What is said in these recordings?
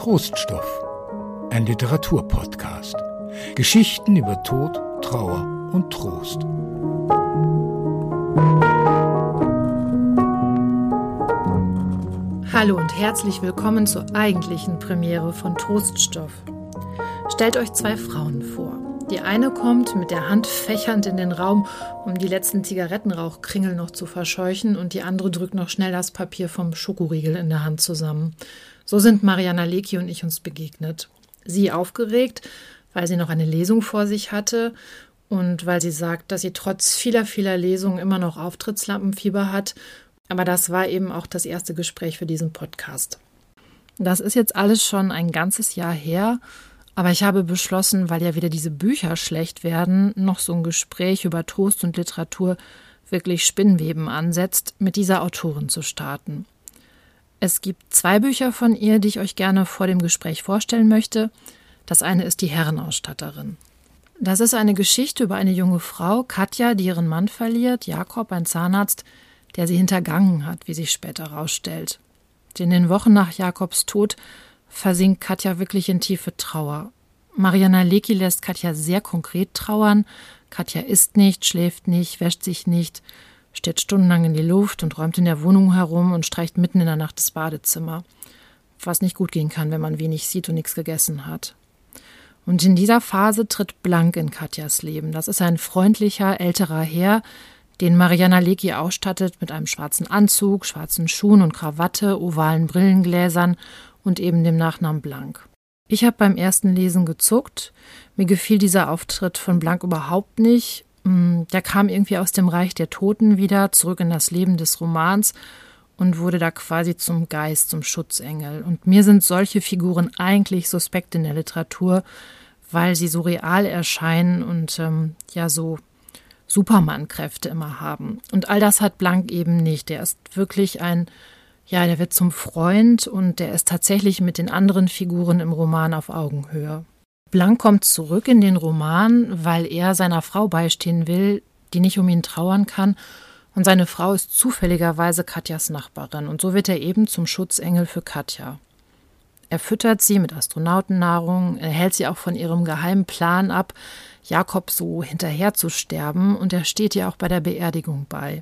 Troststoff, ein Literaturpodcast. Geschichten über Tod, Trauer und Trost. Hallo und herzlich willkommen zur eigentlichen Premiere von Troststoff. Stellt euch zwei Frauen vor. Die eine kommt mit der Hand fächernd in den Raum, um die letzten Zigarettenrauchkringel noch zu verscheuchen, und die andere drückt noch schnell das Papier vom Schokoriegel in der Hand zusammen. So sind Mariana Lecki und ich uns begegnet. Sie aufgeregt, weil sie noch eine Lesung vor sich hatte und weil sie sagt, dass sie trotz vieler Lesungen immer noch Auftrittslampenfieber hat. Aber das war eben auch das erste Gespräch für diesen Podcast. Das ist jetzt alles schon ein ganzes Jahr her, aber ich habe beschlossen, weil ja wieder diese Bücher schlecht werden, noch so ein Gespräch über Trost und Literatur wirklich Spinnweben ansetzt, mit dieser Autorin zu starten. Es gibt 2 Bücher von ihr, die ich euch gerne vor dem Gespräch vorstellen möchte. Das eine ist Die Herrenausstatterin. Das ist eine Geschichte über eine junge Frau, Katja, die ihren Mann verliert, Jakob, ein Zahnarzt, der sie hintergangen hat, wie sich später herausstellt. In den Wochen nach Jakobs Tod versinkt Katja wirklich in tiefe Trauer. Mariana Lecki lässt Katja sehr konkret trauern. Katja isst nicht, schläft nicht, wäscht sich nicht, steht stundenlang in die Luft und räumt in der Wohnung herum und streicht mitten in der Nacht das Badezimmer. Was nicht gut gehen kann, wenn man wenig sieht und nichts gegessen hat. Und in dieser Phase tritt Blank in Katjas Leben. Das ist ein freundlicher, älterer Herr, den Mariana Lecki ausstattet mit einem schwarzen Anzug, schwarzen Schuhen und Krawatte, ovalen Brillengläsern und eben dem Nachnamen Blank. Ich habe beim ersten Lesen gezuckt. Mir gefiel dieser Auftritt von Blank überhaupt nicht. Der kam irgendwie aus dem Reich der Toten wieder, zurück in das Leben des Romans und wurde da quasi zum Geist, zum Schutzengel. Und mir sind solche Figuren eigentlich suspekt in der Literatur, weil sie so real erscheinen und so Superman-Kräfte immer haben. Und all das hat Blank eben nicht. Der ist wirklich der wird zum Freund und der ist tatsächlich mit den anderen Figuren im Roman auf Augenhöhe. Blank kommt zurück in den Roman, weil er seiner Frau beistehen will, die nicht um ihn trauern kann. Und seine Frau ist zufälligerweise Katjas Nachbarin. Und so wird er eben zum Schutzengel für Katja. Er füttert sie mit Astronautennahrung, er hält sie auch von ihrem geheimen Plan ab, Jakob so hinterher zu sterben, und er steht ihr auch bei der Beerdigung bei.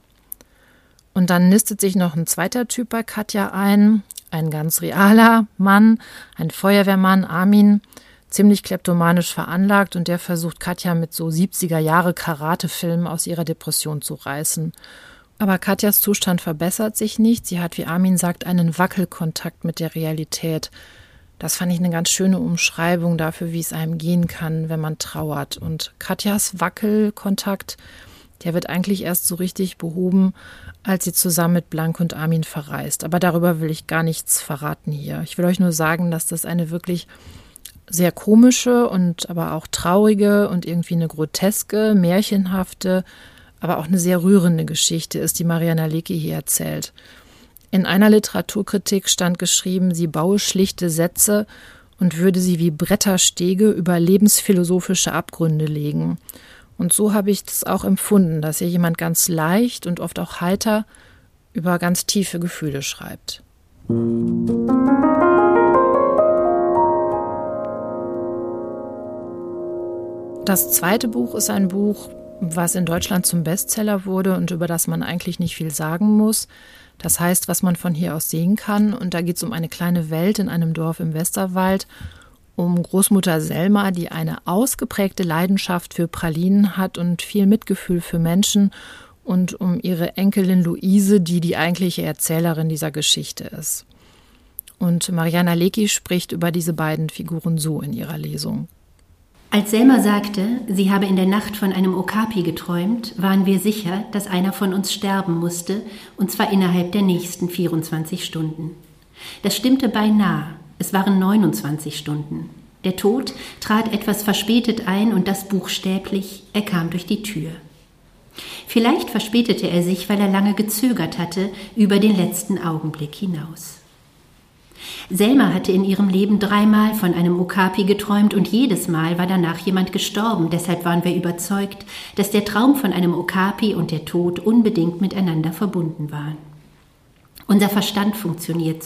Und dann nistet sich noch ein zweiter Typ bei Katja ein ganz realer Mann, ein Feuerwehrmann, Armin, ziemlich kleptomanisch veranlagt, und der versucht Katja mit so 70er-Jahre-Karate-Filmen aus ihrer Depression zu reißen. Aber Katjas Zustand verbessert sich nicht. Sie hat, wie Armin sagt, einen Wackelkontakt mit der Realität. Das fand ich eine ganz schöne Umschreibung dafür, wie es einem gehen kann, wenn man trauert. Und Katjas Wackelkontakt, der wird eigentlich erst so richtig behoben, als sie zusammen mit Blank und Armin verreist. Aber darüber will ich gar nichts verraten hier. Ich will euch nur sagen, dass das eine wirklich sehr komische und aber auch traurige und irgendwie eine groteske, märchenhafte, aber auch eine sehr rührende Geschichte ist, die Mariana Lecki hier erzählt. In einer Literaturkritik stand geschrieben, sie baue schlichte Sätze und würde sie wie Bretterstege über lebensphilosophische Abgründe legen. Und so habe ich das auch empfunden, dass hier jemand ganz leicht und oft auch heiter über ganz tiefe Gefühle schreibt. Das zweite Buch ist ein Buch, was in Deutschland zum Bestseller wurde und über das man eigentlich nicht viel sagen muss. Das heißt, was man von hier aus sehen kann. Und da geht es um eine kleine Welt in einem Dorf im Westerwald, um Großmutter Selma, die eine ausgeprägte Leidenschaft für Pralinen hat und viel Mitgefühl für Menschen, und um ihre Enkelin Luise, die die eigentliche Erzählerin dieser Geschichte ist. Und Mariana Lecki spricht über diese beiden Figuren so in ihrer Lesung. Als Selma sagte, sie habe in der Nacht von einem Okapi geträumt, waren wir sicher, dass einer von uns sterben musste, und zwar innerhalb der nächsten 24 Stunden. Das stimmte beinahe. Es waren 29 Stunden. Der Tod trat etwas verspätet ein, und das buchstäblich, er kam durch die Tür. Vielleicht verspätete er sich, weil er lange gezögert hatte, über den letzten Augenblick hinaus. Selma hatte in ihrem Leben 3-mal von einem Okapi geträumt, und jedes Mal war danach jemand gestorben. Deshalb waren wir überzeugt, dass der Traum von einem Okapi und der Tod unbedingt miteinander verbunden waren. Unser Verstand funktioniert so.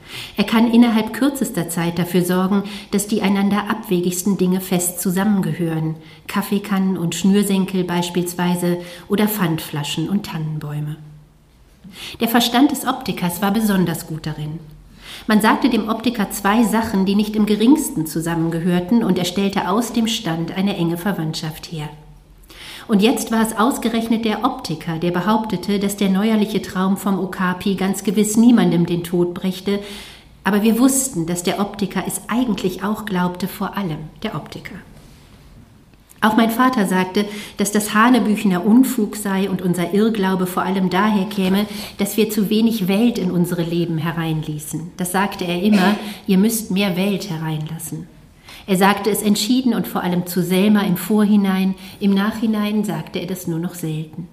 Er kann innerhalb kürzester Zeit dafür sorgen, dass die einander abwegigsten Dinge fest zusammengehören. Kaffeekannen und Schnürsenkel beispielsweise oder Pfandflaschen und Tannenbäume. Der Verstand des Optikers war besonders gut darin. Man sagte dem Optiker 2 Sachen, die nicht im geringsten zusammengehörten, und er stellte aus dem Stand eine enge Verwandtschaft her. Und jetzt war es ausgerechnet der Optiker, der behauptete, dass der neuerliche Traum vom Okapi ganz gewiss niemandem den Tod brächte, aber wir wussten, dass der Optiker es eigentlich auch glaubte, vor allem der Optiker. Auch mein Vater sagte, dass das Hanebüchener Unfug sei und unser Irrglaube vor allem daher käme, dass wir zu wenig Welt in unsere Leben hereinließen. Das sagte er immer, ihr müsst mehr Welt hereinlassen. Er sagte es entschieden und vor allem zu Selma im Vorhinein, im Nachhinein sagte er das nur noch selten.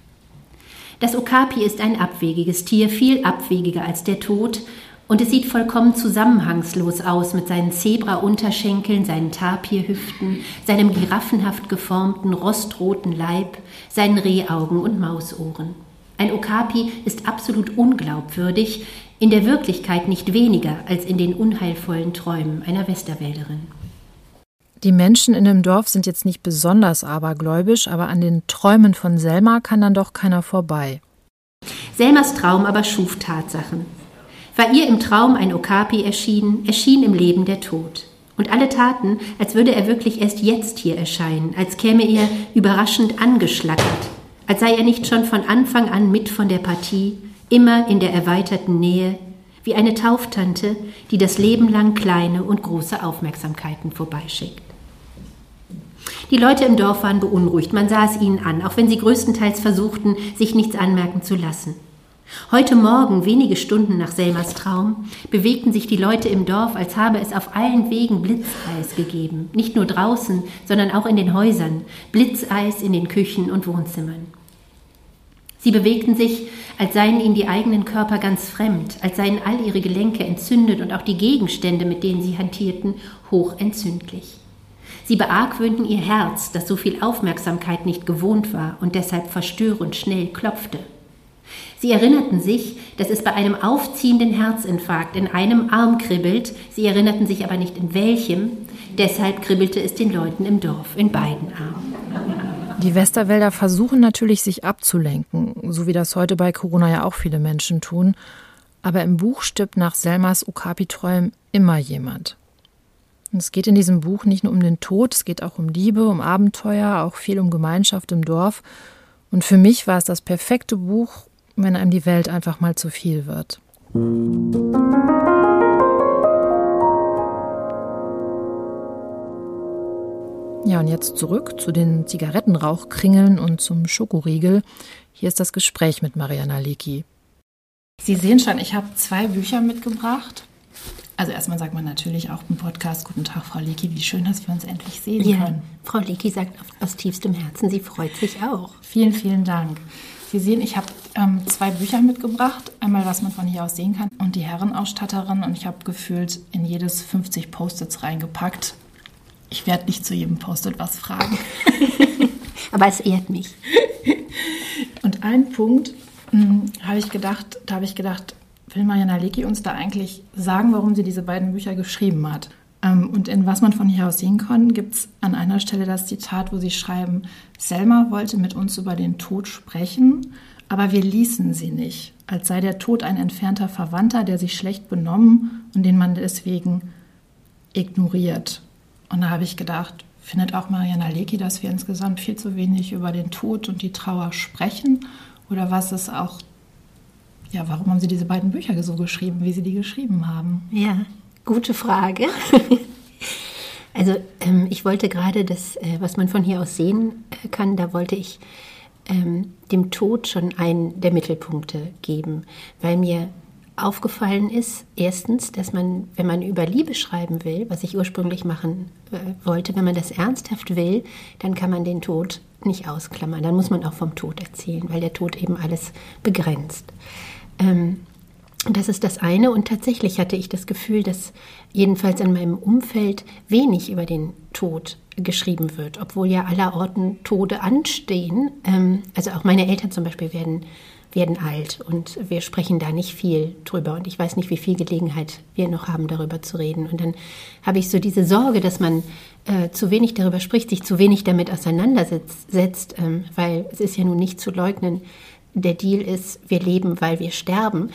Das Okapi ist ein abwegiges Tier, viel abwegiger als der Tod, und es sieht vollkommen zusammenhangslos aus mit seinen Zebra-Unterschenkeln, seinen Tapirhüften, seinem giraffenhaft geformten, rostroten Leib, seinen Rehaugen und Mausohren. Ein Okapi ist absolut unglaubwürdig, in der Wirklichkeit nicht weniger als in den unheilvollen Träumen einer Westerwälderin. Die Menschen in dem Dorf sind jetzt nicht besonders abergläubisch, aber an den Träumen von Selma kann dann doch keiner vorbei. Selmas Traum aber schuf Tatsachen. War ihr im Traum ein Okapi erschienen, erschien im Leben der Tod. Und alle taten, als würde er wirklich erst jetzt hier erscheinen, als käme er überraschend angeschlackert, als sei er nicht schon von Anfang an mit von der Partie, immer in der erweiterten Nähe, wie eine Tauftante, die das Leben lang kleine und große Aufmerksamkeiten vorbeischickt. Die Leute im Dorf waren beunruhigt, man sah es ihnen an, auch wenn sie größtenteils versuchten, sich nichts anmerken zu lassen. Heute Morgen, wenige Stunden nach Selmas Traum, bewegten sich die Leute im Dorf, als habe es auf allen Wegen Blitzeis gegeben. Nicht nur draußen, sondern auch in den Häusern. Blitzeis in den Küchen und Wohnzimmern. Sie bewegten sich, als seien ihnen die eigenen Körper ganz fremd, als seien all ihre Gelenke entzündet und auch die Gegenstände, mit denen sie hantierten, hochentzündlich. Sie beargwöhnten ihr Herz, das so viel Aufmerksamkeit nicht gewohnt war und deshalb verstörend schnell klopfte. Sie erinnerten sich, dass es bei einem aufziehenden Herzinfarkt in einem Arm kribbelt, sie erinnerten sich aber nicht in welchem, deshalb kribbelte es den Leuten im Dorf in beiden Armen. Die Westerwälder versuchen natürlich, sich abzulenken, so wie das heute bei Corona ja auch viele Menschen tun, aber im Buch stirbt nach Selmas Okapi-Träumen immer jemand. Und es geht in diesem Buch nicht nur um den Tod, es geht auch um Liebe, um Abenteuer, auch viel um Gemeinschaft im Dorf. Und für mich war es das perfekte Buch, wenn einem die Welt einfach mal zu viel wird. Ja, und jetzt zurück zu den Zigarettenrauchkringeln und zum Schokoriegel. Hier ist das Gespräch mit Mariana Lecki. Sie sehen schon, ich habe 2 Bücher mitgebracht. Also erstmal sagt man natürlich auch im Podcast, guten Tag, Frau Lecki, wie schön, dass wir uns endlich sehen können. Frau Lecki sagt aus tiefstem Herzen, sie freut sich auch. Vielen, vielen Dank. Sie sehen, ich habe 2 Bücher mitgebracht. Einmal, was man von hier aus sehen kann, und die Herrenausstatterin. Und ich habe gefühlt in jedes 50 Post-its reingepackt. Ich werde nicht zu jedem Post-it was fragen. Aber es ehrt mich. Und ein Punkt habe ich gedacht, will Mariana Lecki uns da eigentlich sagen, warum sie diese beiden Bücher geschrieben hat? Und in Was man von hier aus sehen kann, gibt es an einer Stelle das Zitat, wo sie schreiben, Selma wollte mit uns über den Tod sprechen, aber wir ließen sie nicht, als sei der Tod ein entfernter Verwandter, der sich schlecht benommen und den man deswegen ignoriert. Und da habe ich gedacht, findet auch Mariana Lecki, dass wir insgesamt viel zu wenig über den Tod und die Trauer sprechen? Oder was ist auch, ja, warum haben Sie diese beiden Bücher so geschrieben, wie Sie die geschrieben haben? Ja, gute Frage. Also ich wollte gerade das, was man von hier aus sehen kann, da wollte ich dem Tod schon einen der Mittelpunkte geben, weil mir aufgefallen ist, erstens, dass man, wenn man über Liebe schreiben will, was ich ursprünglich machen wollte, wenn man das ernsthaft will, dann kann man den Tod nicht ausklammern. Dann muss man auch vom Tod erzählen, weil der Tod eben alles begrenzt. Das ist das eine. Und tatsächlich hatte ich das Gefühl, dass jedenfalls in meinem Umfeld wenig über den Tod geschrieben wird, obwohl ja allerorten Tode anstehen. Also auch meine Eltern zum Beispiel werden werden alt und wir sprechen da nicht viel drüber und ich weiß nicht, wie viel Gelegenheit wir noch haben, darüber zu reden. Und dann habe ich so diese Sorge, dass man zu wenig darüber spricht, sich zu wenig damit auseinandersetzt, weil es ist ja nun nicht zu leugnen, der Deal ist, wir leben, weil wir sterben.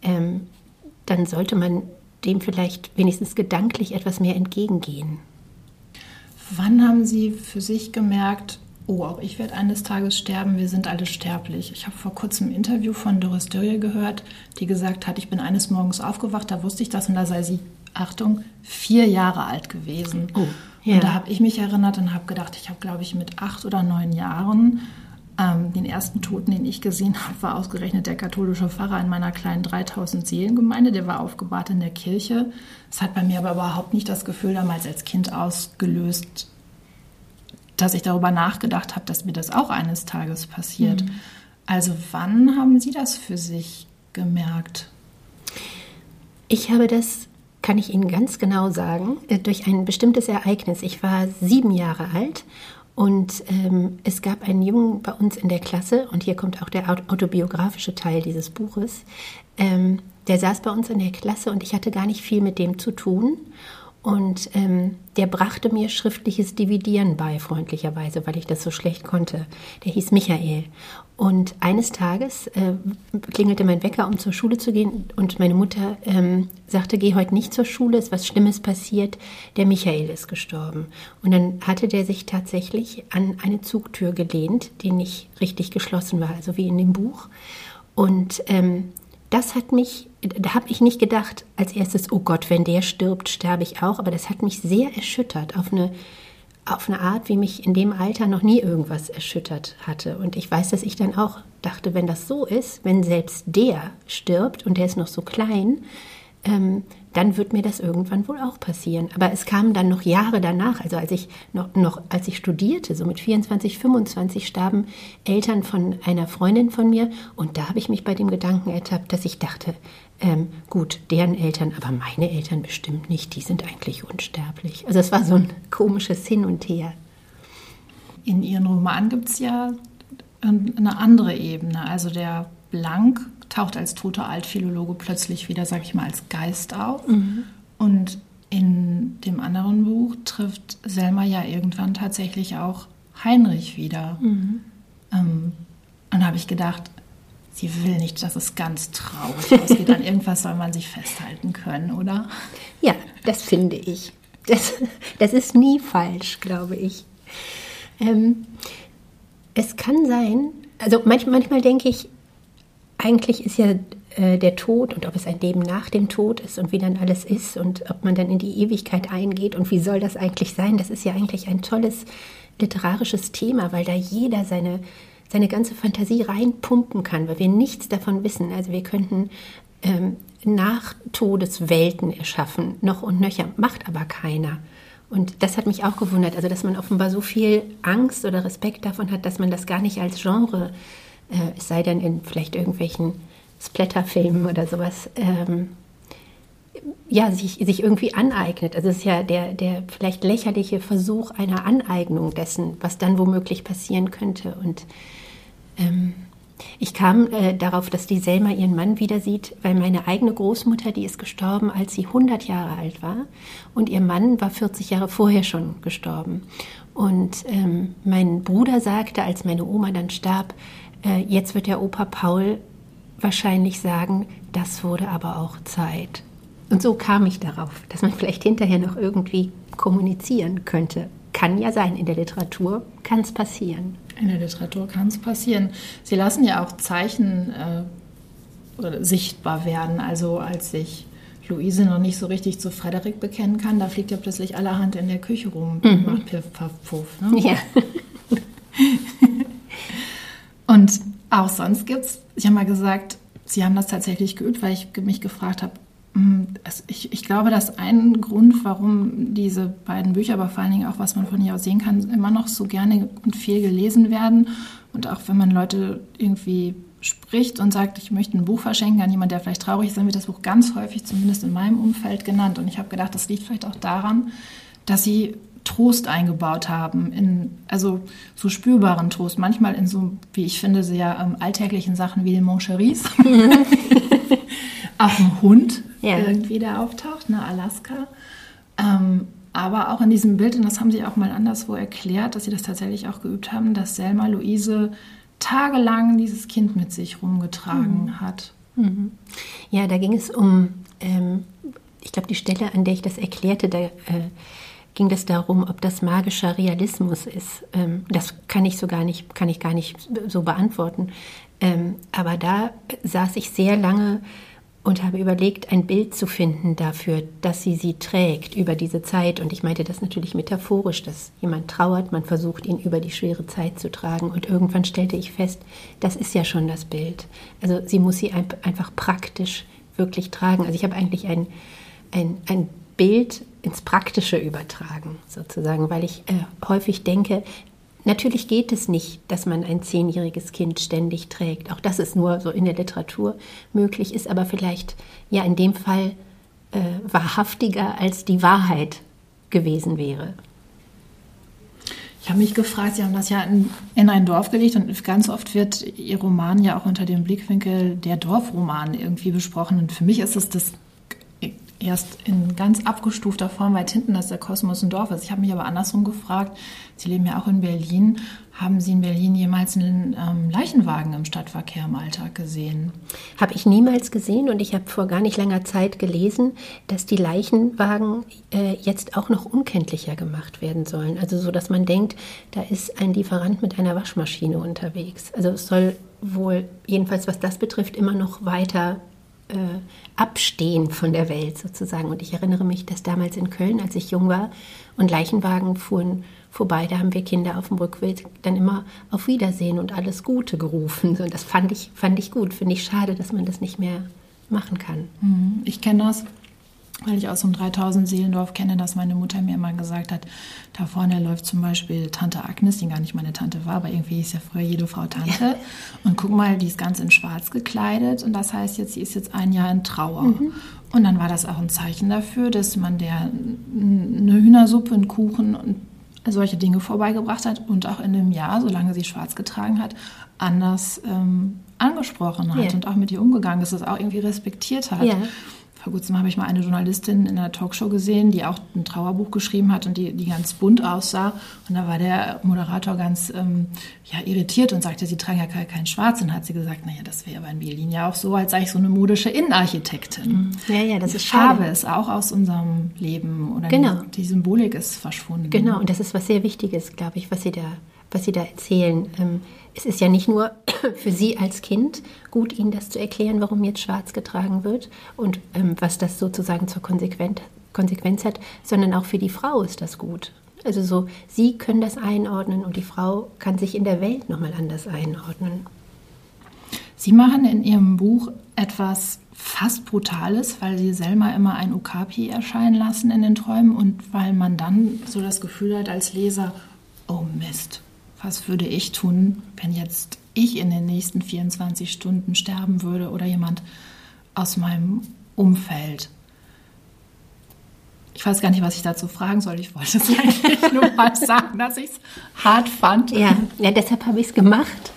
Dann sollte man dem vielleicht wenigstens gedanklich etwas mehr entgegengehen. Wann haben Sie für sich gemerkt, auch ich werde eines Tages sterben, wir sind alle sterblich? Ich habe vor kurzem ein Interview von Doris Dörrie gehört, die gesagt hat, ich bin eines Morgens aufgewacht, da wusste ich das und da sei sie, Achtung, 4 Jahre alt gewesen. Oh, ja. Und da habe ich mich erinnert und habe gedacht, ich habe, glaube ich, mit 8 oder 9 Jahren den ersten Toten, den ich gesehen habe, war ausgerechnet der katholische Pfarrer in meiner kleinen 3000-Seelen-Gemeinde. Der war aufgebahrt in der Kirche. Das hat bei mir aber überhaupt nicht das Gefühl damals als Kind ausgelöst, dass ich darüber nachgedacht habe, dass mir das auch eines Tages passiert. Mhm. Also wann haben Sie das für sich gemerkt? Ich habe das, kann ich Ihnen ganz genau sagen, durch ein bestimmtes Ereignis. Ich war 7 Jahre alt. Und es gab einen Jungen bei uns in der Klasse, und hier kommt auch der autobiografische Teil dieses Buches, der saß bei uns in der Klasse und ich hatte gar nicht viel mit dem zu tun. Und der brachte mir schriftliches Dividieren bei, freundlicherweise, weil ich das so schlecht konnte. Der hieß Michael. Und eines Tages klingelte mein Wecker, um zur Schule zu gehen. Und meine Mutter sagte, geh heute nicht zur Schule, ist was Schlimmes passiert. Der Michael ist gestorben. Und dann hatte der sich tatsächlich an eine Zugtür gelehnt, die nicht richtig geschlossen war, also wie in dem Buch. Und das hat mich, da habe ich nicht gedacht als erstes, oh Gott, wenn der stirbt, sterbe ich auch. Aber das hat mich sehr erschüttert auf eine Art, wie mich in dem Alter noch nie irgendwas erschüttert hatte. Und ich weiß, dass ich dann auch dachte, wenn das so ist, wenn selbst der stirbt und der ist noch so klein, dann wird mir das irgendwann wohl auch passieren. Aber es kamen dann noch Jahre danach, also als ich studierte, so mit 24, 25, starben Eltern von einer Freundin von mir. Und da habe ich mich bei dem Gedanken ertappt, dass ich dachte, gut, deren Eltern, aber meine Eltern bestimmt nicht, die sind eigentlich unsterblich. Also es war so ein komisches Hin und Her. In Ihren Roman gibt es ja eine andere Ebene. Also der Blank taucht als toter Altphilologe plötzlich wieder, sag ich mal, als Geist auf. Mhm. Und in dem anderen Buch trifft Selma ja irgendwann tatsächlich auch Heinrich wieder. Mhm. Und da habe ich gedacht, sie will nicht, dass es ganz traurig ausgeht. An irgendwas soll man sich festhalten können, oder? Ja, das finde ich. Das ist nie falsch, glaube ich. Es kann sein, also manchmal denke ich, eigentlich ist ja der Tod und ob es ein Leben nach dem Tod ist und wie dann alles ist und ob man dann in die Ewigkeit eingeht und wie soll das eigentlich sein, das ist ja eigentlich ein tolles literarisches Thema, weil da jeder seine ganze Fantasie reinpumpen kann, weil wir nichts davon wissen. Also wir könnten Nach-Todeswelten erschaffen, noch und nöcher, macht aber keiner. Und das hat mich auch gewundert, also dass man offenbar so viel Angst oder Respekt davon hat, dass man das gar nicht als Genre, es sei denn in vielleicht irgendwelchen Splatterfilmen oder sowas, sich irgendwie aneignet. Also es ist ja der vielleicht lächerliche Versuch einer Aneignung dessen, was dann womöglich passieren könnte. Und ich kam darauf, dass die Selma ihren Mann wieder sieht, weil meine eigene Großmutter, die ist gestorben, als sie 100 Jahre alt war. Und ihr Mann war 40 Jahre vorher schon gestorben. Und mein Bruder sagte, als meine Oma dann starb, jetzt wird der Opa Paul wahrscheinlich sagen, das wurde aber auch Zeit. Und so kam ich darauf, dass man vielleicht hinterher noch irgendwie kommunizieren könnte. Kann ja sein, in der Literatur kann es passieren. In der Literatur kann es passieren. Sie lassen ja auch Zeichen sichtbar werden. Also als sich Luise noch nicht so richtig zu Frederik bekennen kann, da fliegt ja plötzlich allerhand in der Küche rum und macht Piff, Paff, Puff. Ne? Ja. Und auch sonst gibt's, Sie haben mal gesagt, Sie haben das tatsächlich geübt, weil ich mich gefragt habe, ich glaube, dass ein Grund, warum diese beiden Bücher, aber vor allen Dingen auch, was man von hier aus sehen kann, immer noch so gerne und viel gelesen werden. Und auch wenn man Leute irgendwie spricht und sagt, ich möchte ein Buch verschenken an jemanden, der vielleicht traurig ist, dann wird das Buch ganz häufig, zumindest in meinem Umfeld, genannt. Und ich habe gedacht, das liegt vielleicht auch daran, dass Sie Trost eingebaut haben, also so spürbaren Trost, manchmal in so, wie ich finde, sehr alltäglichen Sachen wie den Moncheries. Auch ein Hund irgendwie, der auftaucht, ne, Alaska. Aber auch in diesem Bild, und das haben sie auch mal anderswo erklärt, dass sie das tatsächlich auch geübt haben, dass Selma Luise tagelang dieses Kind mit sich rumgetragen hat. Mhm. Ja, da ging es um, ich glaube, die Stelle, an der ich das erklärte, da ging es darum, ob das magischer Realismus ist. Das kann ich gar nicht so beantworten. Aber da saß ich sehr lange und habe überlegt, ein Bild zu finden dafür, dass sie trägt über diese Zeit. Und ich meinte das natürlich metaphorisch, dass jemand trauert, man versucht, ihn über die schwere Zeit zu tragen. Und irgendwann stellte ich fest, das ist ja schon das Bild. Also sie muss sie einfach praktisch wirklich tragen. Also ich habe eigentlich ein Bild ins Praktische übertragen, sozusagen, weil ich häufig denke, natürlich geht es nicht, dass man ein 10-jähriges Kind ständig trägt. Auch das ist nur so in der Literatur möglich, ist aber vielleicht ja in dem Fall wahrhaftiger, als die Wahrheit gewesen wäre. Ich habe mich gefragt, Sie haben das ja in ein Dorf gelegt und ganz oft wird Ihr Roman ja auch unter dem Blickwinkel der Dorfroman irgendwie besprochen. Und für mich ist es das erst in ganz abgestufter Form weit hinten, dass der Kosmos ein Dorf ist. Ich habe mich aber andersrum gefragt, Sie leben ja auch in Berlin, haben Sie in Berlin jemals einen Leichenwagen im Stadtverkehr im Alltag gesehen? Habe ich niemals gesehen und ich habe vor gar nicht langer Zeit gelesen, dass die Leichenwagen jetzt auch noch unkenntlicher gemacht werden sollen. Also so, dass man denkt, da ist ein Lieferant mit einer Waschmaschine unterwegs. Also es soll wohl, jedenfalls was das betrifft, immer noch weiter abstehen von der Welt sozusagen. Und ich erinnere mich, dass damals in Köln, als ich jung war und Leichenwagen fuhren vorbei, da haben wir Kinder auf dem Rückweg dann immer auf Wiedersehen und alles Gute gerufen. Und das fand ich gut. Finde ich schade, dass man das nicht mehr machen kann. Ich kenne das, weil ich aus so einem 3000-Seelendorf kenne, dass meine Mutter mir immer gesagt hat, da vorne läuft zum Beispiel Tante Agnes, die gar nicht meine Tante war, aber irgendwie hieß ja früher jede Frau Tante. Ja. Und guck mal, die ist ganz in schwarz gekleidet und das heißt jetzt, sie ist jetzt ein Jahr in Trauer. Und dann war das auch ein Zeichen dafür, dass man der eine Hühnersuppe, einen Kuchen und solche Dinge vorbeigebracht hat und auch in dem Jahr, solange sie schwarz getragen hat, anders angesprochen hat und auch mit ihr umgegangen ist, das auch irgendwie respektiert hat. Ja. Vor kurzem habe ich mal eine Journalistin in einer Talkshow gesehen, die auch ein Trauerbuch geschrieben hat und die ganz bunt aussah. Und da war der Moderator ganz irritiert und sagte, sie tragen ja kein Schwarz. Und hat sie gesagt, naja, das wäre aber in Berlin ja auch so, als sei ich so eine modische Innenarchitektin. Ja, das ist Farbe schade. ist auch aus unserem Leben oder genau. Die Symbolik ist verschwunden. Genau, und das ist was sehr Wichtiges, glaube ich, was Sie da erzählen. Es ist ja nicht nur für Sie als Kind gut, Ihnen das zu erklären, warum jetzt schwarz getragen wird und was das sozusagen zur Konsequenz hat, sondern auch für die Frau ist das gut. Also so, Sie können das einordnen und die Frau kann sich in der Welt nochmal anders einordnen. Sie machen in Ihrem Buch etwas fast Brutales, weil Sie Selma immer ein Okapi erscheinen lassen in den Träumen und weil man dann so das Gefühl hat als Leser, oh Mist, was würde ich tun, wenn jetzt ich in den nächsten 24 Stunden sterben würde oder jemand aus meinem Umfeld? Ich weiß gar nicht, was ich dazu fragen soll. Ich wollte es eigentlich nur mal sagen, dass ich es hart fand. Ja, deshalb habe ich es gemacht.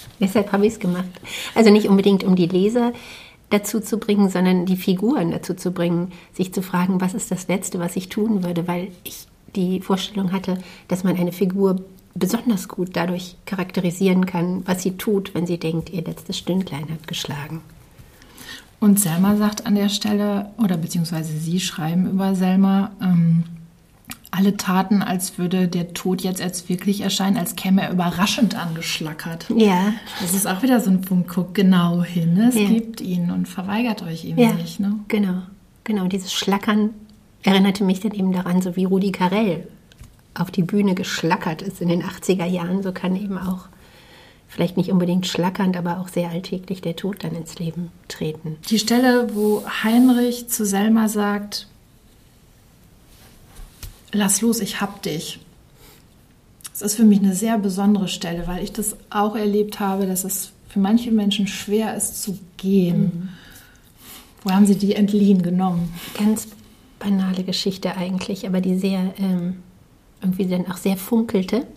Also nicht unbedingt, um die Leser dazu zu bringen, sondern die Figuren dazu zu bringen, sich zu fragen, was ist das Letzte, was ich tun würde, weil ich die Vorstellung hatte, dass man eine Figur besonders gut dadurch charakterisieren kann, was sie tut, wenn sie denkt, ihr letztes Stündlein hat geschlagen. Und Selma sagt an der Stelle, oder beziehungsweise Sie schreiben über Selma, alle taten, als würde der Tod jetzt wirklich erscheinen, als käme er überraschend angeschlackert. Ja. Das ist auch wieder so ein Punkt, guckt genau hin, es gibt ihn und verweigert euch ihm nicht. Ne? Genau, dieses Schlackern erinnerte mich dann eben daran, so wie Rudi Carrell auf die Bühne geschlackert ist in den 80er Jahren, so kann eben auch, vielleicht nicht unbedingt schlackernd, aber auch sehr alltäglich der Tod dann ins Leben treten. Die Stelle, wo Heinrich zu Selma sagt, lass los, ich hab dich. Das ist für mich eine sehr besondere Stelle, weil ich das auch erlebt habe, dass es für manche Menschen schwer ist zu gehen. Wo haben Sie die entliehen genommen? Ganz banale Geschichte eigentlich, aber die sehr irgendwie dann auch sehr funkelte.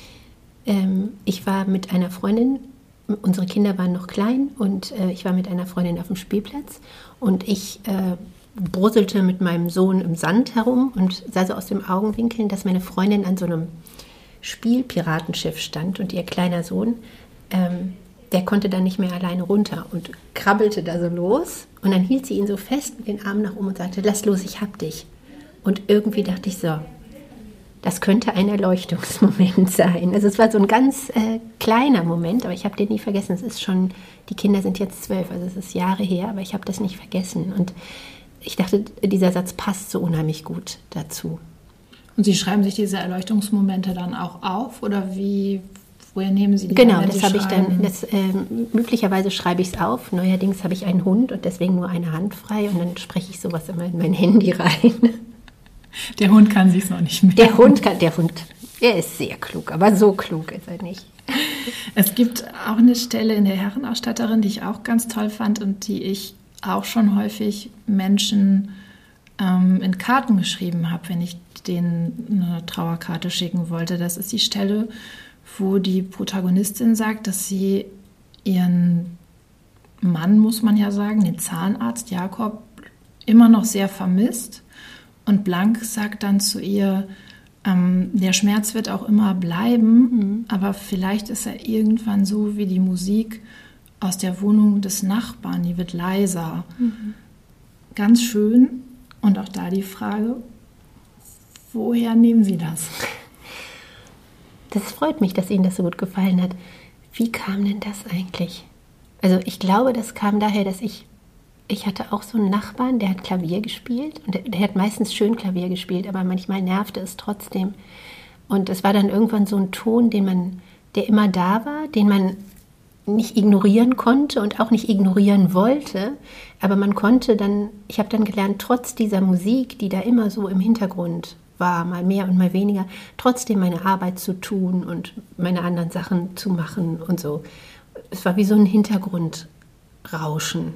Ich war mit einer Freundin, unsere Kinder waren noch klein und ich war mit einer Freundin auf dem Spielplatz und ich brusselte mit meinem Sohn im Sand herum und sah so aus dem Augenwinkeln, dass meine Freundin an so einem Spielpiratenschiff stand und ihr kleiner Sohn, der konnte dann nicht mehr alleine runter und krabbelte da so los und dann hielt sie ihn so fest mit den Armen nach oben und sagte, lass los, ich hab dich. Und irgendwie dachte ich so, das könnte ein Erleuchtungsmoment sein. Also es war so ein ganz kleiner Moment, aber ich habe den nie vergessen. Es ist schon, die Kinder sind jetzt 12, also es ist Jahre her, aber ich habe das nicht vergessen. Und ich dachte, dieser Satz passt so unheimlich gut dazu. Und Sie schreiben sich diese Erleuchtungsmomente dann auch auf oder woher nehmen Sie die? Genau, das habe ich dann, üblicherweise schreibe ich es auf. Neuerdings habe ich einen Hund und deswegen nur eine Hand frei und dann spreche ich sowas immer in mein Handy rein. Der Hund kann sich's noch nicht mehr. Der Hund, er ist sehr klug, aber so klug ist er nicht. Es gibt auch eine Stelle in der Herrenausstatterin, die ich auch ganz toll fand und die ich auch schon häufig Menschen in Karten geschrieben habe, wenn ich denen eine Trauerkarte schicken wollte. Das ist die Stelle, wo die Protagonistin sagt, dass sie ihren Mann, muss man ja sagen, den Zahnarzt Jakob, immer noch sehr vermisst. Und Blank sagt dann zu ihr, der Schmerz wird auch immer bleiben, aber vielleicht ist er irgendwann so wie die Musik aus der Wohnung des Nachbarn, die wird leiser. Ganz schön. Und auch da die Frage, woher nehmen Sie das? Das freut mich, dass Ihnen das so gut gefallen hat. Wie kam denn das eigentlich? Also ich glaube, das kam daher, dass ich hatte auch so einen Nachbarn, der hat Klavier gespielt und der hat meistens schön Klavier gespielt, aber manchmal nervte es trotzdem. Und es war dann irgendwann so ein Ton, der immer da war, den man nicht ignorieren konnte und auch nicht ignorieren wollte, aber man konnte dann, ich habe dann gelernt, trotz dieser Musik, die da immer so im Hintergrund war, mal mehr und mal weniger, trotzdem meine Arbeit zu tun und meine anderen Sachen zu machen und so. Es war wie so ein Hintergrundrauschen.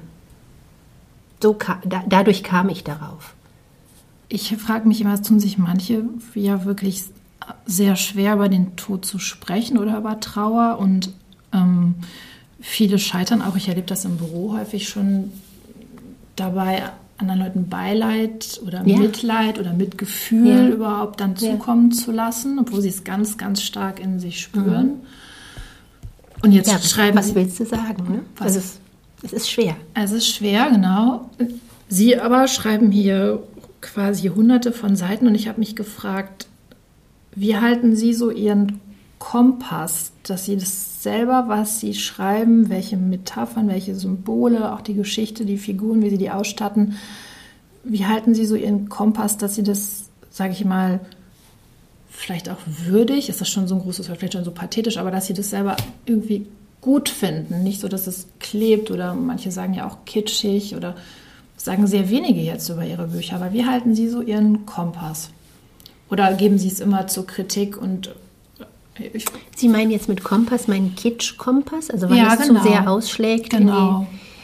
Dadurch kam ich darauf. Ich frage mich immer, es tun sich manche ja wirklich sehr schwer, über den Tod zu sprechen oder über Trauer und viele scheitern auch. Ich erlebe das im Büro häufig schon dabei, anderen Leuten Beileid oder Mitleid oder Mitgefühl überhaupt dann zukommen zu lassen, obwohl sie es ganz, ganz stark in sich spüren. Und jetzt schreiben was willst du sagen? Ne? Es ist schwer. Es ist schwer, genau. Sie aber schreiben hier quasi hunderte von Seiten und ich habe mich gefragt, wie halten Sie so Ihren Kompass, dass Sie das selber, was Sie schreiben, welche Metaphern, welche Symbole, auch die Geschichte, die Figuren, wie Sie die ausstatten, wie halten Sie so Ihren Kompass, dass Sie das, sage ich mal, vielleicht auch würdig, ist das schon so ein großes Wort, vielleicht schon so pathetisch, aber dass Sie das selber irgendwie gut finden, nicht so, dass es klebt oder manche sagen ja auch kitschig oder sagen sehr wenige jetzt über ihre Bücher, aber wie halten Sie so Ihren Kompass? Oder geben Sie es immer zur Kritik und Sie meinen jetzt mit Kompass meinen Kitsch-Kompass, also weil es zu sehr ausschlägt? Genau.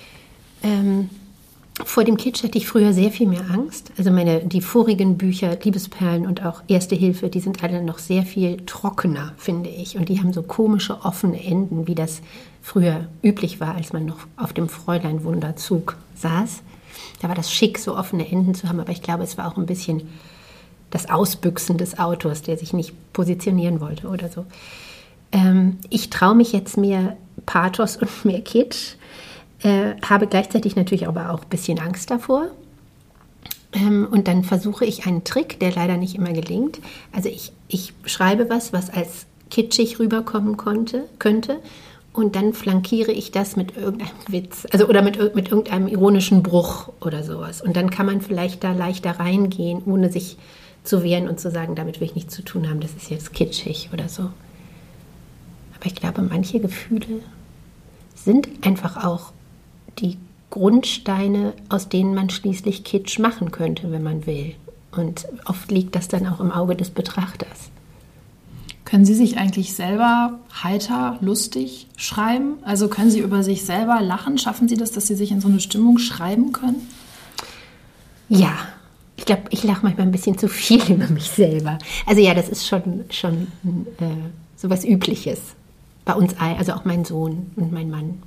Vor dem Kitsch hatte ich früher sehr viel mehr Angst. Also die vorigen Bücher, Liebesperlen und auch Erste Hilfe, die sind alle noch sehr viel trockener, finde ich. Und die haben so komische, offene Enden, wie das früher üblich war, als man noch auf dem Fräulein-Wunderzug saß. Da war das schick, so offene Enden zu haben, aber ich glaube, es war auch ein bisschen das Ausbüchsen des Autors, der sich nicht positionieren wollte oder so. Ich traue mich jetzt mehr Pathos und mehr Kitsch, habe gleichzeitig natürlich aber auch ein bisschen Angst davor. Und dann versuche ich einen Trick, der leider nicht immer gelingt. Also ich schreibe was als kitschig rüberkommen könnte und dann flankiere ich das mit irgendeinem Witz, also oder mit irgendeinem ironischen Bruch oder sowas. Und dann kann man vielleicht da leichter reingehen, ohne sich zu wehren und zu sagen, damit will ich nichts zu tun haben, das ist jetzt kitschig oder so. Aber ich glaube, manche Gefühle sind einfach auch die Grundsteine, aus denen man schließlich Kitsch machen könnte, wenn man will. Und oft liegt das dann auch im Auge des Betrachters. Können Sie sich eigentlich selber heiter, lustig schreiben? Also können Sie über sich selber lachen? Schaffen Sie das, dass Sie sich in so eine Stimmung schreiben können? Ja, Ich glaube, ich lache manchmal ein bisschen zu viel über mich selber. Also ja, das ist schon so was Übliches. Bei uns allen, also auch mein Sohn und mein Mann,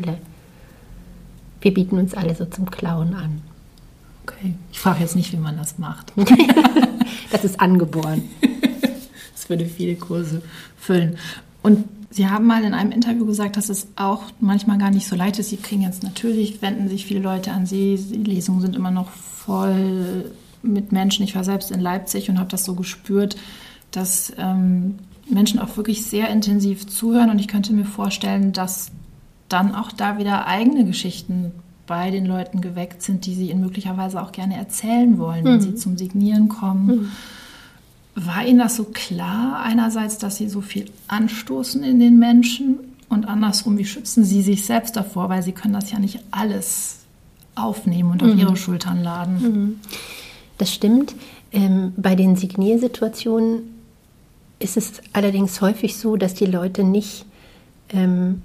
wir bieten uns alle so zum Klauen an. Okay, ich frage jetzt nicht, wie man das macht. Das ist angeboren. Das würde viele Kurse füllen. Und Sie haben mal in einem Interview gesagt, dass es auch manchmal gar nicht so leicht ist. Sie kriegen jetzt natürlich, wenden sich viele Leute an Sie. Die Lesungen sind immer noch voll mit Menschen. Ich war selbst in Leipzig und habe das so gespürt, dass Menschen auch wirklich sehr intensiv zuhören. Und ich könnte mir vorstellen, dass dann auch da wieder eigene Geschichten bei den Leuten geweckt sind, die sie ihnen möglicherweise auch gerne erzählen wollen, wenn sie zum Signieren kommen. War Ihnen das so klar, einerseits, dass Sie so viel anstoßen in den Menschen und andersrum, wie schützen Sie sich selbst davor, weil Sie können das ja nicht alles aufnehmen und auf Ihre Schultern laden. Das stimmt. Bei den Signiersituationen ist es allerdings häufig so, dass die Leute nicht, man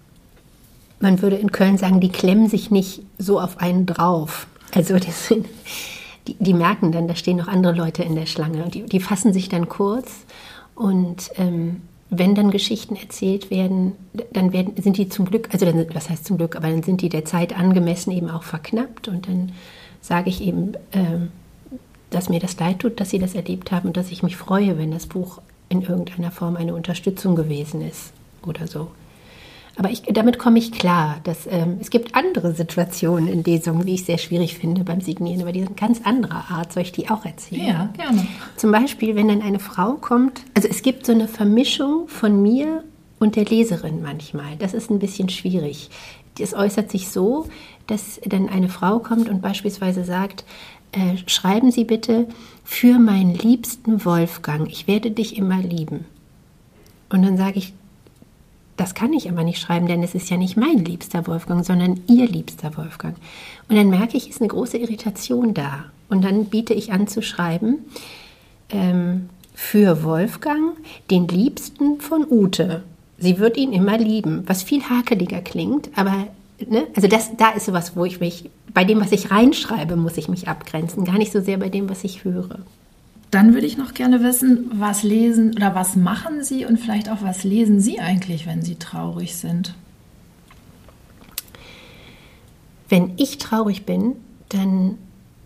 würde in Köln sagen, die klemmen sich nicht so auf einen drauf. Also die merken dann, da stehen noch andere Leute in der Schlange. Die fassen sich dann kurz und wenn dann Geschichten erzählt werden, sind die zum Glück, also was heißt zum Glück, aber dann sind die der Zeit angemessen eben auch verknappt und dann sage ich eben, dass mir das leid tut, dass sie das erlebt haben und dass ich mich freue, wenn das Buch in irgendeiner Form eine Unterstützung gewesen ist oder so. Aber damit komme ich klar. Es gibt andere Situationen in Lesungen, die ich sehr schwierig finde beim Signieren, aber die sind ganz anderer Art. Soll ich die auch erzählen? Ja, gerne. Zum Beispiel, wenn dann eine Frau kommt, also es gibt so eine Vermischung von mir und der Leserin manchmal. Das ist ein bisschen schwierig. Es äußert sich so, dass dann eine Frau kommt und beispielsweise sagt, schreiben Sie bitte für meinen liebsten Wolfgang, ich werde dich immer lieben. Und dann sage ich, das kann ich aber nicht schreiben, denn es ist ja nicht mein liebster Wolfgang, sondern Ihr liebster Wolfgang. Und dann merke ich, ist eine große Irritation da. Und dann biete ich an zu schreiben, für Wolfgang, den Liebsten von Ute. Sie wird ihn immer lieben, was viel hakeliger klingt, aber also da ist sowas, wo ich mich, bei dem, was ich reinschreibe, muss ich mich abgrenzen, gar nicht so sehr bei dem, was ich höre. Dann würde ich noch gerne wissen, was lesen oder was machen Sie und vielleicht auch, was lesen Sie eigentlich, wenn Sie traurig sind? Wenn ich traurig bin, dann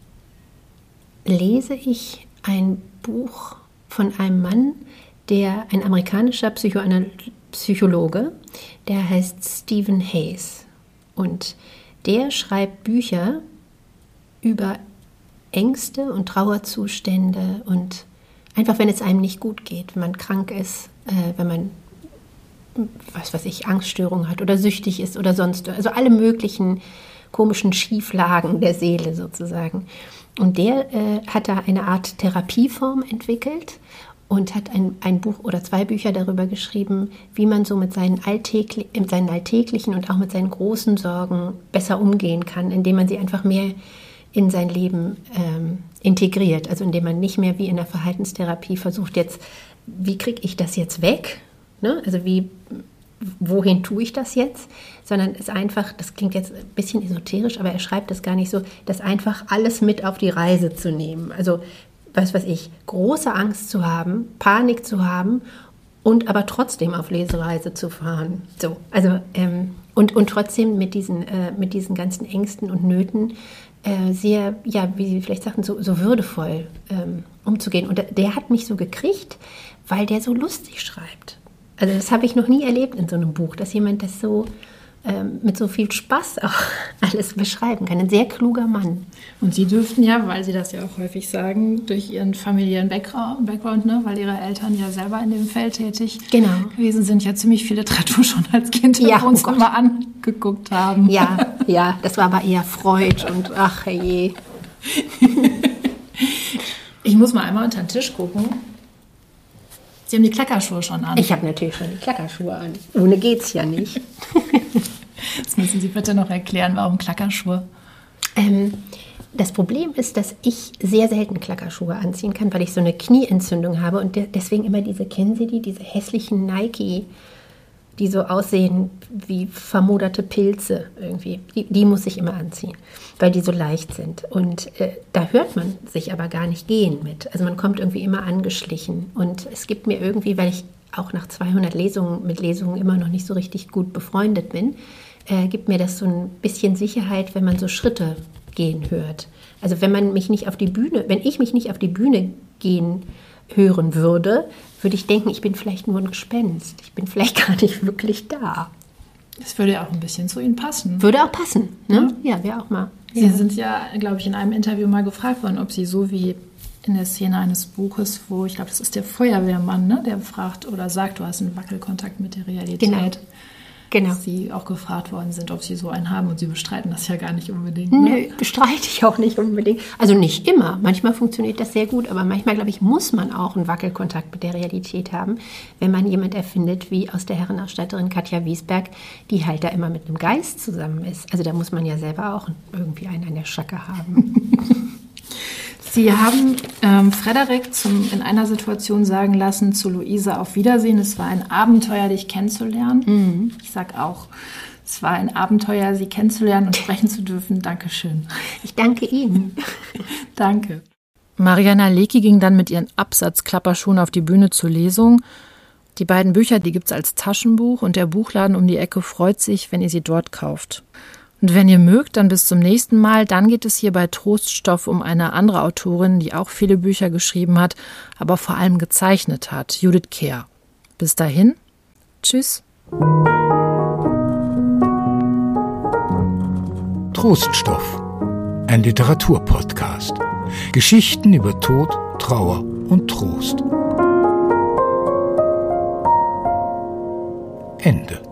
lese ich ein Buch von einem Mann, ein amerikanischer Psychologe, der heißt Stephen Hayes. Und der schreibt Bücher über Ängste und Trauerzustände und einfach, wenn es einem nicht gut geht, wenn man krank ist, wenn man, Angststörungen hat oder süchtig ist oder sonst, also alle möglichen komischen Schieflagen der Seele sozusagen. Und der hat da eine Art Therapieform entwickelt und hat ein Buch oder 2 Bücher darüber geschrieben, wie man so mit seinen alltäglichen und auch mit seinen großen Sorgen besser umgehen kann, indem man sie einfach mehr in sein Leben integriert, also indem man nicht mehr wie in der Verhaltenstherapie versucht, jetzt, wie kriege ich das jetzt weg, ne? Also wohin tue ich das jetzt, sondern es einfach, das klingt jetzt ein bisschen esoterisch, aber er schreibt das gar nicht so, das einfach alles mit auf die Reise zu nehmen, also große Angst zu haben, Panik zu haben und aber trotzdem auf Lesereise zu fahren, so, also und trotzdem mit diesen ganzen Ängsten und Nöten sehr, ja, wie Sie vielleicht sagten, so würdevoll umzugehen. Und der hat mich so gekriegt, weil der so lustig schreibt. Also das habe ich noch nie erlebt in so einem Buch, dass jemand das so mit so viel Spaß auch alles beschreiben kann. Ein sehr kluger Mann. Und Sie dürften ja, weil Sie das ja auch häufig sagen, durch Ihren familiären Background, ne, weil Ihre Eltern ja selber in dem Feld tätig gewesen sind, ja ziemlich viel Literatur schon als Kind uns immer angeguckt haben. Ja, das war aber eher Freud und ach je. Ich muss mal einmal unter den Tisch gucken. Sie haben die Klackerschuhe schon an. Ich habe natürlich schon die Klackerschuhe an. Ohne geht's ja nicht. Jetzt müssen Sie bitte noch erklären, warum Klackerschuhe? Das Problem ist, dass ich sehr selten Klackerschuhe anziehen kann, weil ich so eine Knieentzündung habe und deswegen immer kennen Sie diese hässlichen Nike die so aussehen wie vermoderte Pilze irgendwie. Die muss ich immer anziehen, weil die so leicht sind. Und da hört man sich aber gar nicht gehen mit. Also man kommt irgendwie immer angeschlichen. Und es gibt mir irgendwie, weil ich auch nach 200 Lesungen immer noch nicht so richtig gut befreundet bin, gibt mir das so ein bisschen Sicherheit, wenn man so Schritte gehen hört. Also wenn ich mich nicht auf die Bühne gehen hören würde ich denken, ich bin vielleicht nur ein Gespenst. Ich bin vielleicht gar nicht wirklich da. Das würde ja auch ein bisschen zu Ihnen passen. Würde auch passen, ne? Ja, wäre auch mal. Sie sind ja, glaube ich, in einem Interview mal gefragt worden, ob Sie so wie in der Szene eines Buches, wo, ich glaube, das ist der Feuerwehrmann, ne, der fragt oder sagt, du hast einen Wackelkontakt mit der Realität. Genau. Dass Sie auch gefragt worden sind, ob Sie so einen haben, und Sie bestreiten das ja gar nicht unbedingt. Ne? Nö, bestreite ich auch nicht unbedingt. Also nicht immer. Manchmal funktioniert das sehr gut, aber manchmal, glaube ich, muss man auch einen Wackelkontakt mit der Realität haben, wenn man jemand erfindet, wie aus der Herrenausstatterin Katja Wiesberg, die halt da immer mit einem Geist zusammen ist. Also da muss man ja selber auch irgendwie einen an der Schacke haben. Sie haben Frederik in einer Situation sagen lassen zu Luise auf Wiedersehen. Es war ein Abenteuer, dich kennenzulernen. Mhm. Ich sage auch, es war ein Abenteuer, Sie kennenzulernen und sprechen zu dürfen. Dankeschön. Ich danke Ihnen. Danke. Mariana Lecki ging dann mit ihren Absatzklapperschuhen auf die Bühne zur Lesung. Die beiden Bücher, die gibt es als Taschenbuch, und der Buchladen um die Ecke freut sich, wenn ihr sie dort kauft. Und wenn ihr mögt, dann bis zum nächsten Mal. Dann geht es hier bei Troststoff um eine andere Autorin, die auch viele Bücher geschrieben hat, aber vor allem gezeichnet hat, Judith Kehr. Bis dahin, tschüss. Troststoff, ein Literaturpodcast. Geschichten über Tod, Trauer und Trost. Ende.